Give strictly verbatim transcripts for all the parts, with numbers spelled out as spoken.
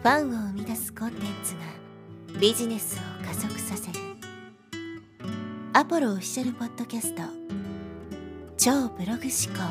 ファンを生み出すコンテンツがビジネスを加速させるアポロオフィシャルポッドキャスト超ブログ思考。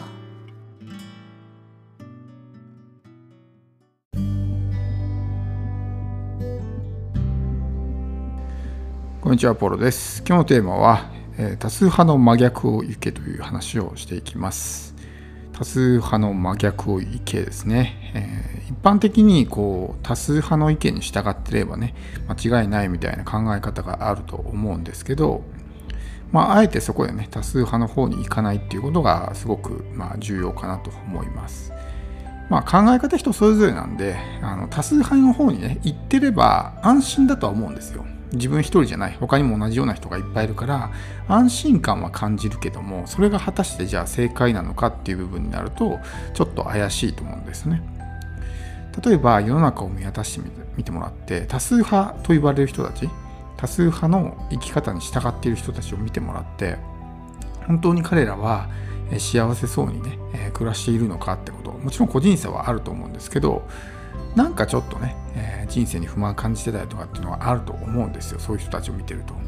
こんにちは、アポロです。今日のテーマは、えー、多数派の真逆を行けという話をしていきます。多数派の真逆を行けですね。えー、一般的にこう多数派の意見に従っていればね、間違いないみたいな考え方があると思うんですけど、まあ、あえてそこでね、多数派の方に行かないっていうことがすごくまあ重要かなと思います。まあ、考え方人それぞれなんで、あの多数派の方にね、行ってれば安心だとは思うんですよ。自分一人じゃない、他にも同じような人がいっぱいいるから安心感は感じるけども、それが果たしてじゃあ正解なのかっていう部分になるとちょっと怪しいと思うんですね。例えば世の中を見渡してみてもらって、多数派と言われる人たち、多数派の生き方に従っている人たちを見てもらって、本当に彼らは幸せそうにね暮らしているのかってこと、もちろん個人差はあると思うんですけど、なんかちょっとね、えー、人生に不満を感じてたりとかっていうのはあると思うんですよ、そういう人たちを見てると。うん、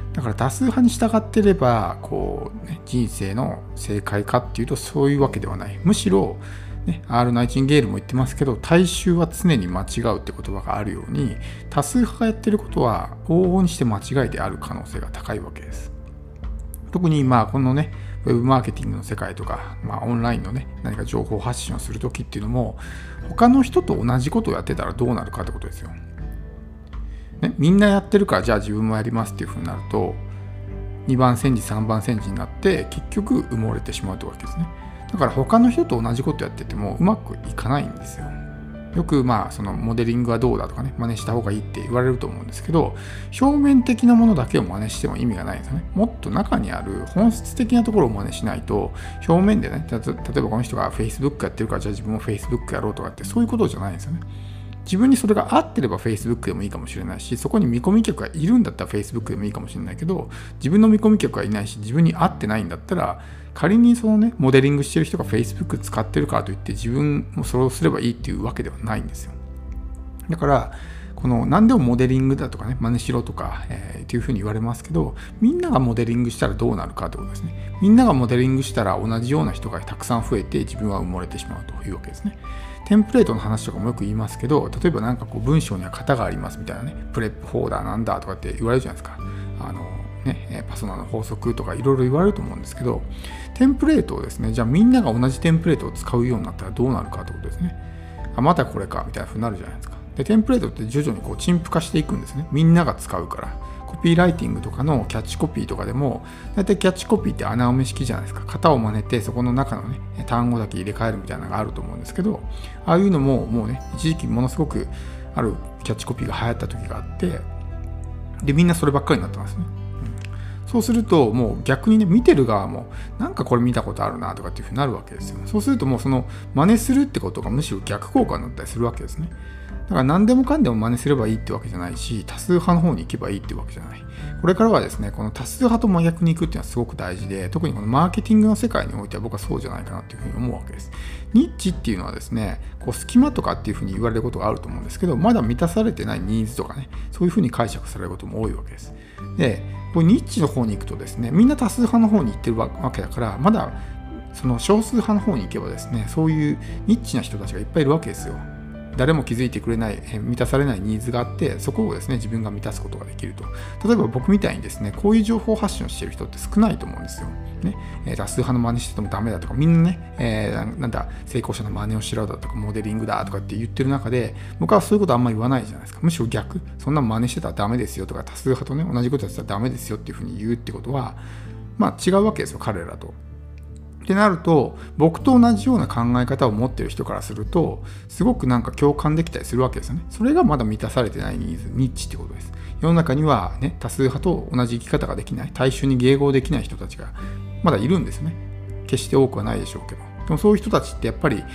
だから多数派に従ってればこう、ね、人生の正解かっていうとそういうわけではない。むしろ、ね、アール・ナイチンゲールも言ってますけど、大衆は常に間違うって言葉があるように、多数派がやってることは往々にして間違いである可能性が高いわけです。特にまあこのねウェブマーケティングの世界とか、まあ、オンラインのね何か情報発信をするときっていうのも、他の人と同じことをやってたらどうなるかってことですよ。ね、みんなやってるからじゃあ自分もやりますっていうふうになると、にばん煎じさんばん煎じになって結局埋もれてしまうというわけですね。だから他の人と同じことやっててもうまくいかないんですよ。よくまあそのモデリングはどうだとかね、真似した方がいいって言われると思うんですけど、表面的なものだけを真似しても意味がないんですよね。もっと中にある本質的なところを真似しないと、表面でね、例えばこの人が Facebook やってるからじゃあ自分も Facebook やろうとかって、そういうことじゃないんですよね。自分にそれが合ってれば Facebook でもいいかもしれないし、そこに見込み客がいるんだったら Facebook でもいいかもしれないけど、自分の見込み客がいないし自分に合ってないんだったら、仮にそのねモデリングしてる人が Facebook 使ってるからといって自分もそれをすればいいっていうわけではないんですよ。だからこの何でもモデリングだとかね、真似しろとか、えー、っていうふうに言われますけど、みんながモデリングしたらどうなるかってことですね。みんながモデリングしたら同じような人がたくさん増えて自分は埋もれてしまうというわけですね。テンプレートの話とかもよく言いますけど、例えばなんかこう文章には型がありますみたいなね、プレップフォーダーなんだとかって言われるじゃないですか。あのね、パソナの法則とかいろいろ言われると思うんですけど、テンプレートをですね、じゃあみんなが同じテンプレートを使うようになったらどうなるかってことですね。あ、またこれかみたいなふうになるじゃないですか。でテンプレートって徐々にこう陳腐化していくんですね。みんなが使うから。コピーライティングとかのキャッチコピーとかでも、だいたいキャッチコピーって穴埋め式じゃないですか。型を真似てそこの中のね単語だけ入れ替えるみたいなのがあると思うんですけど、ああいうのももうね一時期ものすごくあるキャッチコピーが流行った時があって、でみんなそればっかりになってますね。うん、そうするともう逆にね、見てる側もなんかこれ見たことあるなとかっていうふうになるわけですよ。そうするともうその真似するってことがむしろ逆効果になったりするわけですね。だから何でもかんでも真似すればいいってわけじゃないし、多数派の方に行けばいいってわけじゃない。これからはですね、この多数派と真逆に行くっていうのはすごく大事で、特にこのマーケティングの世界においては僕はそうじゃないかなっていうふうに思うわけです。ニッチっていうのはですね、こう隙間とかっていうふうに言われることがあると思うんですけど、まだ満たされてないニーズとかね、そういうふうに解釈されることも多いわけです。で、こうニッチの方に行くとですね、みんな多数派の方に行ってるわけだから、まだその少数派の方に行けばですね、そういうニッチな人たちがいっぱいいるわけですよ。誰も気づいてくれない、満たされないニーズがあって、そこをですね自分が満たすことができると。例えば僕みたいにですね、こういう情報発信をしている人って少ないと思うんですよ。ね、多数派の真似しててもダメだとか、みんなね、えー、なんだ成功者の真似をしろだとか、モデリングだとかって言ってる中で、僕はそういうことあんまり言わないじゃないですか。むしろ逆、そんな真似してたらダメですよとか、多数派とね同じことやってたらダメですよっていうふうに言うってことは、まあ違うわけですよ、彼らと。ってなると、僕と同じような考え方を持っている人からすると、すごくなんか共感できたりするわけですよね。それがまだ満たされてないニーズ、ニッチってことです。世の中にはね、多数派と同じ生き方ができない、大衆に迎合できない人たちがまだいるんですよね。決して多くはないでしょうけど。でもそういう人たちってやっぱり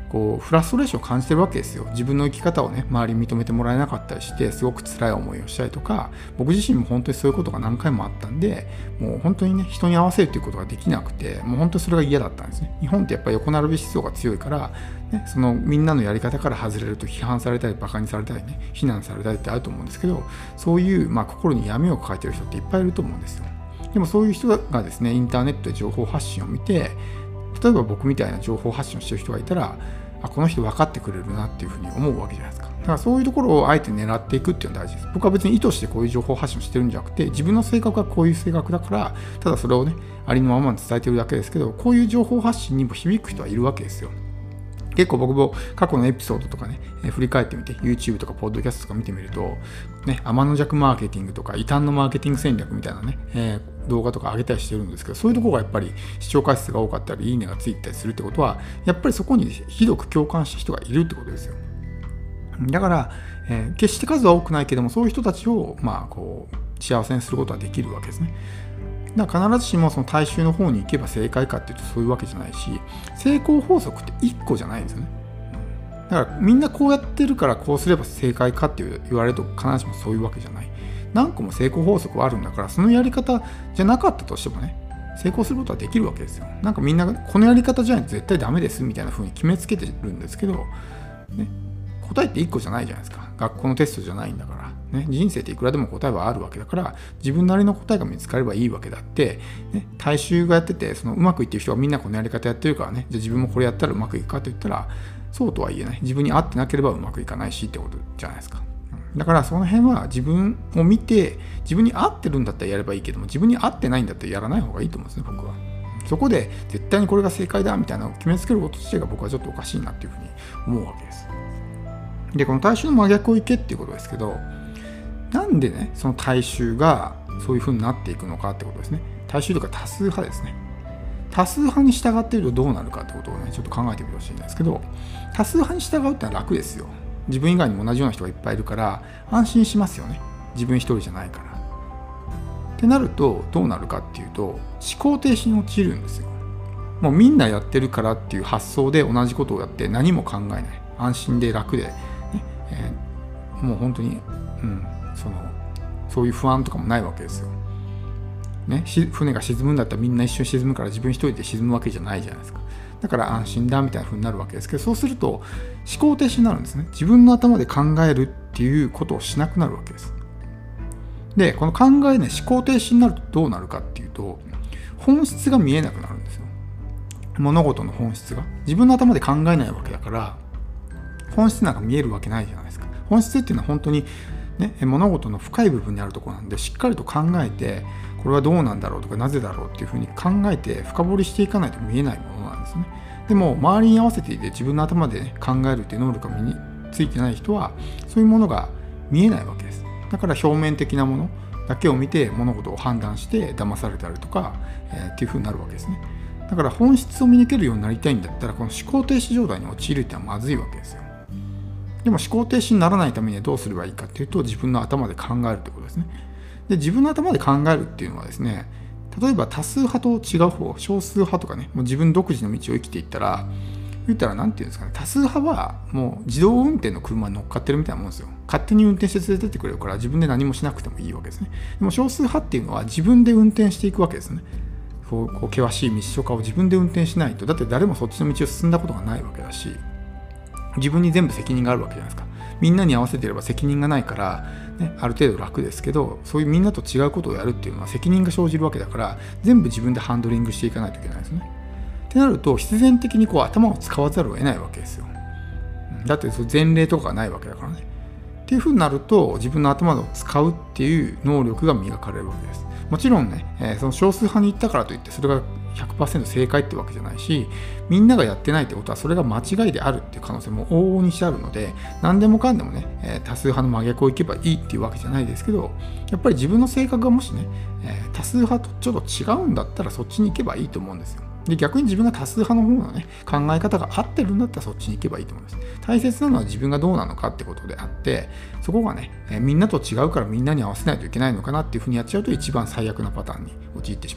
こうフラストレーションを感じてるわけですよ。自分の生き方をね周りに認めてもらえなかったりしてすごく辛い思いをしたりとか、僕自身も本当にそういうことが何回もあったんで、もう本当にね人に合わせるということができなくて、もう本当にそれが嫌だったんですね。日本ってやっぱり横並び思想が強いから、ね、そのみんなのやり方から外れると批判されたりバカにされたりね非難されたりってあると思うんですけど、そういう、まあ、心に闇を抱えている人っていっぱいいると思うんですよ。でもそういう人がですねインターネットで情報発信を見て、例えば僕みたいな情報発信をしてる人がいたら、あこの人分かってくれるなっていうふうに思うわけじゃないですか。だからそういうところをあえて狙っていくっていうのは大事です。僕は別に意図してこういう情報発信をしてるんじゃなくて、自分の性格がこういう性格だからただそれをねありのままに伝えてるだけですけど、こういう情報発信にも響く人はいるわけですよ。結構僕も過去のエピソードとかね、えー、振り返ってみて YouTube とかポッドキャストとか見てみるとね、天の弱マーケティングとか異端のマーケティング戦略みたいなね、えー、動画とか上げたりしてるんですけど、そういうところがやっぱり視聴回数が多かったりいいねがついたりするってことは、やっぱりそこにひどく共感した人がいるってことですよ。だから、えー、決して数は多くないけども、そういう人たちをまあこう幸せにすることはできるわけですね。だから必ずしもその大衆の方に行けば正解かっていうとそういうわけじゃないし、成功法則っていっこじゃないんですよね。だからみんなこうやってるからこうすれば正解かって言われると必ずしもそういうわけじゃない。何個も成功法則はあるんだから、そのやり方じゃなかったとしてもね成功することはできるわけですよ。なんかみんなこのやり方じゃないと絶対ダメですみたいな風に決めつけてるんですけど、ね、答えっていっこじゃないじゃないですか。学校のテストじゃないんだから、ね、人生っていくらでも答えはあるわけだから、自分なりの答えが見つかればいいわけだって、ね、大衆がやっててそのうまくいってる人がみんなこのやり方やってるからね、じゃあ自分もこれやったらうまくいくかと言ったらそうとは言えない。自分に合ってなければうまくいかないしってことじゃないですか。だからその辺は自分を見て、自分に合ってるんだったらやればいいけども、自分に合ってないんだったらやらない方がいいと思うんですね、僕は。そこで絶対にこれが正解だみたいなのを決めつけること自体が僕はちょっとおかしいなっていうふうに思うわけです。で、この大衆の真逆をいけっていうことですけど、なんでねその大衆がそういうふうになっていくのかってことですね。大衆というか多数派ですね。多数派に従っているとどうなるかってことをねちょっと考えてみてほしいんですけど、多数派に従うってのは楽ですよ。自分以外にも同じような人がいっぱいいるから安心しますよね。自分一人じゃないから。ってなるとどうなるかっていうと、思考停止に陥るんですよ。もうみんなやってるからっていう発想で同じことをやって何も考えない、安心で楽で、ねえー、もう本当に、うん、そのそういう不安とかもないわけですよ。ね、船が沈むんだったらみんな一緒に沈むから自分一人で沈むわけじゃないじゃないですか。だから安心だみたいな風になるわけですけど、そうすると思考停止になるんですね。自分の頭で考えるっていうことをしなくなるわけです。で、この考えね、思考停止になるとどうなるかっていうと、本質が見えなくなるんですよ。物事の本質が自分の頭で考えないわけだから、本質なんか見えるわけないじゃないですか。本質っていうのは本当にね、物事の深い部分にあるところなんで、しっかりと考えてこれはどうなんだろうとかなぜだろうっていうふうに考えて深掘りしていかないと見えないものなんですね。でも周りに合わせていて自分の頭で、ね、考えるっていう能力が身についてない人はそういうものが見えないわけです。だから表面的なものだけを見て物事を判断して騙されたりとか、えー、っていうふうになるわけですね。だから本質を見抜けるようになりたいんだったら、この思考停止状態に陥るってのはまずいわけですよ。でも思考停止にならないためにはどうすればいいかっていうと、自分の頭で考えるということですね。で、自分の頭で考えるっていうのはですね、例えば多数派と違う方、少数派とかね、もう自分独自の道を生きていったら、言ったらなんていうんですかね、多数派はもう自動運転の車に乗っかってるみたいなもんですよ。勝手に運転して連れてってくれるから自分で何もしなくてもいいわけですね。でも少数派っていうのは自分で運転していくわけですね。こう、こう険しい道とかを自分で運転しないと、だって誰もそっちの道を進んだことがないわけだし、自分に全部責任があるわけじゃないですか。みんなに合わせていれば責任がないから、ね、ある程度楽ですけど、そういうみんなと違うことをやるっていうのは責任が生じるわけだから、全部自分でハンドリングしていかないといけないですね。ってなると必然的にこう頭を使わざるを得ないわけですよ。だってその前例とかがないわけだからね。っていうふうになると自分の頭を使うっていう能力が磨かれるわけです。もちろんね、えー、その少数派に行ったからといってそれが ひゃくパーセント 正解ってわけじゃないし、みんながやってないってことはそれが間違いであるっていう可能性も往々にしてあるので、何でもかんでもね、えー、多数派の真逆をいけばいいっていうわけじゃないですけど、やっぱり自分の性格がもしね、えー、多数派とちょっと違うんだったらそっちに行けばいいと思うんですよ。で、逆に自分が多数派の方のね、考え方が合ってるんだったらそっちに行けばいいと思います。大切なのは自分がどうなのかってことであって、そこがね、えー、みんなと違うからみんなに合わせないといけないのかなっていうふうにやっちゃうと一番最悪なパターンに陥ってしまう。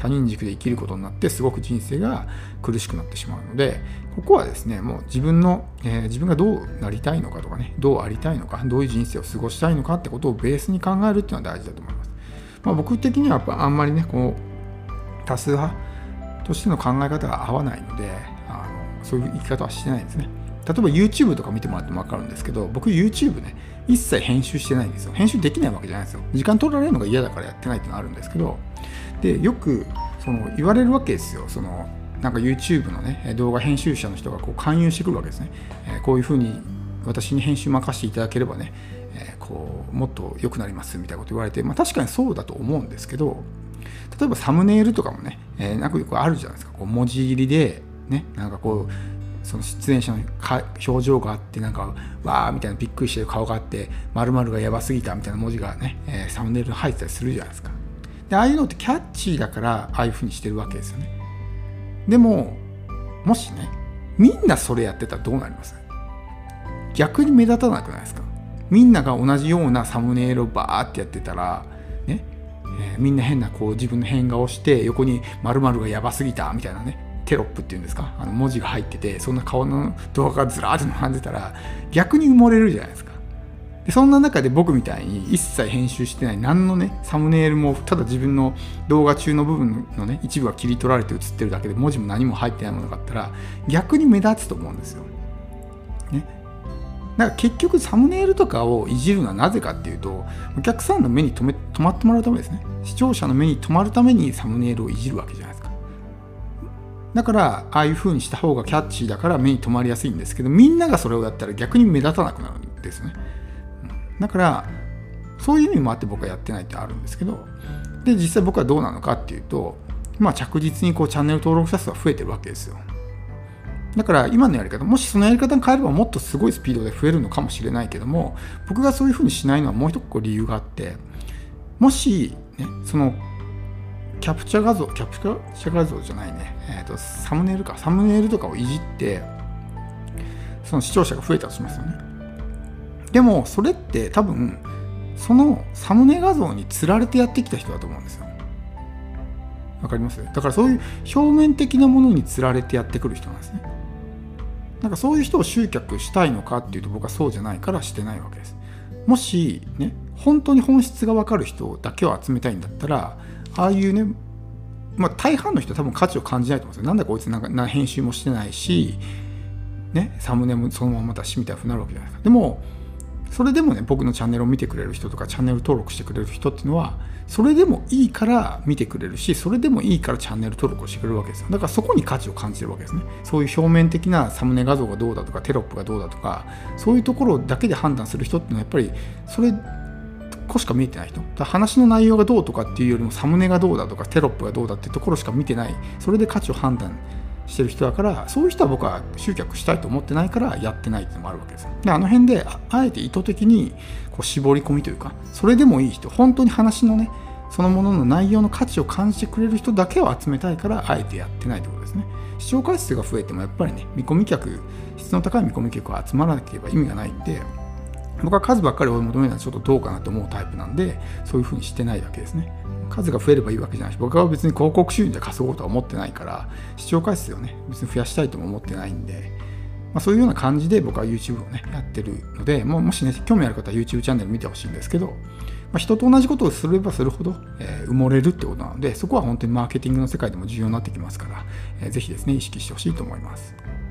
他人軸で生きることになってすごく人生が苦しくなってしまうので、ここはですねもう自分の、えー、自分がどうなりたいのかとかね、どうありたいのか、どういう人生を過ごしたいのかってことをベースに考えるっていうのは大事だと思います。まあ、僕的にはやっぱあんまりねこう多数派としての考え方が合わないので、あのそういう生き方はしてないんですね。例えば YouTube とか見てもらっても分かるんですけど、僕 YouTube ね一切編集してないんですよ。編集できないわけじゃないですよ。時間取られるのが嫌だからやってないっていうのがあるんですけど、でよくその言われるわけですよ。そのなんか YouTube のね動画編集者の人がこう勧誘してくるわけですね。えー、こういうふうに私に編集任せていただければね、えー、こうもっと良くなりますみたいなこと言われて、まあ確かにそうだと思うんですけど、例えばサムネイルとかもね、えー、なんかよくあるじゃないですか。こう文字入りでね、なんかこうその出演者の表情があって、なんかわーみたいなびっくりしてる顔があって、〇〇がやばすぎたみたいな文字がね、えー、サムネイルに入ってたりするじゃないですか。でああいうのってキャッチーだからああいう風にしてるわけですよね。でももしねみんなそれやってたらどうなります？逆に目立たなくないですか？みんなが同じようなサムネイルをバーってやってたらね、えー、みんな変なこう自分の変顔して横に〇〇がやばすぎたみたいなねテロップっていうんですか、あの文字が入ってて、そんな顔の動画がずらーっと並んでたら逆に埋もれるじゃないですか。でそんな中で僕みたいに一切編集してない何のねサムネイルもただ自分の動画中の部分のね一部が切り取られて映ってるだけで文字も何も入ってないものがあったら逆に目立つと思うんですよ。ね。だから結局サムネイルとかをいじるのはなぜかっていうと、お客さんの目に留め止まってもらうためですね。視聴者の目に留まるためにサムネイルをいじるわけじゃないですか。だからああいう風にした方がキャッチーだから目に留まりやすいんですけど、みんながそれをやったら逆に目立たなくなるんですね。だからそういう意味もあって僕はやってないってあるんですけど、で実際僕はどうなのかっていうと、まあ着実にこうチャンネル登録者数は増えてるわけですよ。だから今のやり方、もしそのやり方に変えればもっとすごいスピードで増えるのかもしれないけども、僕がそういう風にしないのはもう一つ理由があって、もしねそのキャプチャ画像、キャプチャ画像じゃないね、えーと、サムネイルか、サムネイルとかをいじって、その視聴者が増えたとしますよね。でも、それって多分、そのサムネ画像に釣られてやってきた人だと思うんですよ。わかります？だからそういう表面的なものに釣られてやってくる人なんですね。なんかそういう人を集客したいのかっていうと、僕はそうじゃないからしてないわけです。もしね、本当に本質がわかる人だけを集めたいんだったら、ああいうね、まあ、大半の人は多分価値を感じないと思うんですよ。なんだこいつなんかな編集もしてないし、ね、サムネもそのままだしみたいになるわけじゃないですか。でもそれでもね、僕のチャンネルを見てくれる人とかチャンネル登録してくれる人っていうのは、それでもいいから見てくれるし、それでもいいからチャンネル登録をしてくれるわけですよ。だからそこに価値を感じてるわけですね。そういう表面的なサムネ画像がどうだとかテロップがどうだとか、そういうところだけで判断する人っていうのはやっぱりそれこしか見えてない人。だから話の内容がどうとかっていうよりもサムネがどうだとかテロップがどうだっていうところしか見てない、それで価値を判断してる人だから、そういう人は僕は集客したいと思ってないからやってないっていうのもあるわけですよ。であの辺で あ, あえて意図的にこう絞り込みというか、それでもいい人、本当に話のねそのものの内容の価値を感じてくれる人だけを集めたいからあえてやってないってことですね。視聴回数が増えてもやっぱりね、見込み客、質の高い見込み客が集まらなければ意味がないんで、僕は数ばっかり追い求めるのはちょっとどうかなと思うタイプなんで、そういう風にしてないわけですね。数が増えればいいわけじゃないし、僕は別に広告収入で稼ごうとは思ってないから、視聴回数をね別に増やしたいとも思ってないんで、まあ、そういうような感じで僕は YouTube をねやってるので、もうもしね興味ある方は YouTube チャンネル見てほしいんですけど、まあ、人と同じことをすればするほど、えー、埋もれるってことなので、そこは本当にマーケティングの世界でも重要になってきますから、えー、ぜひですね意識してほしいと思います。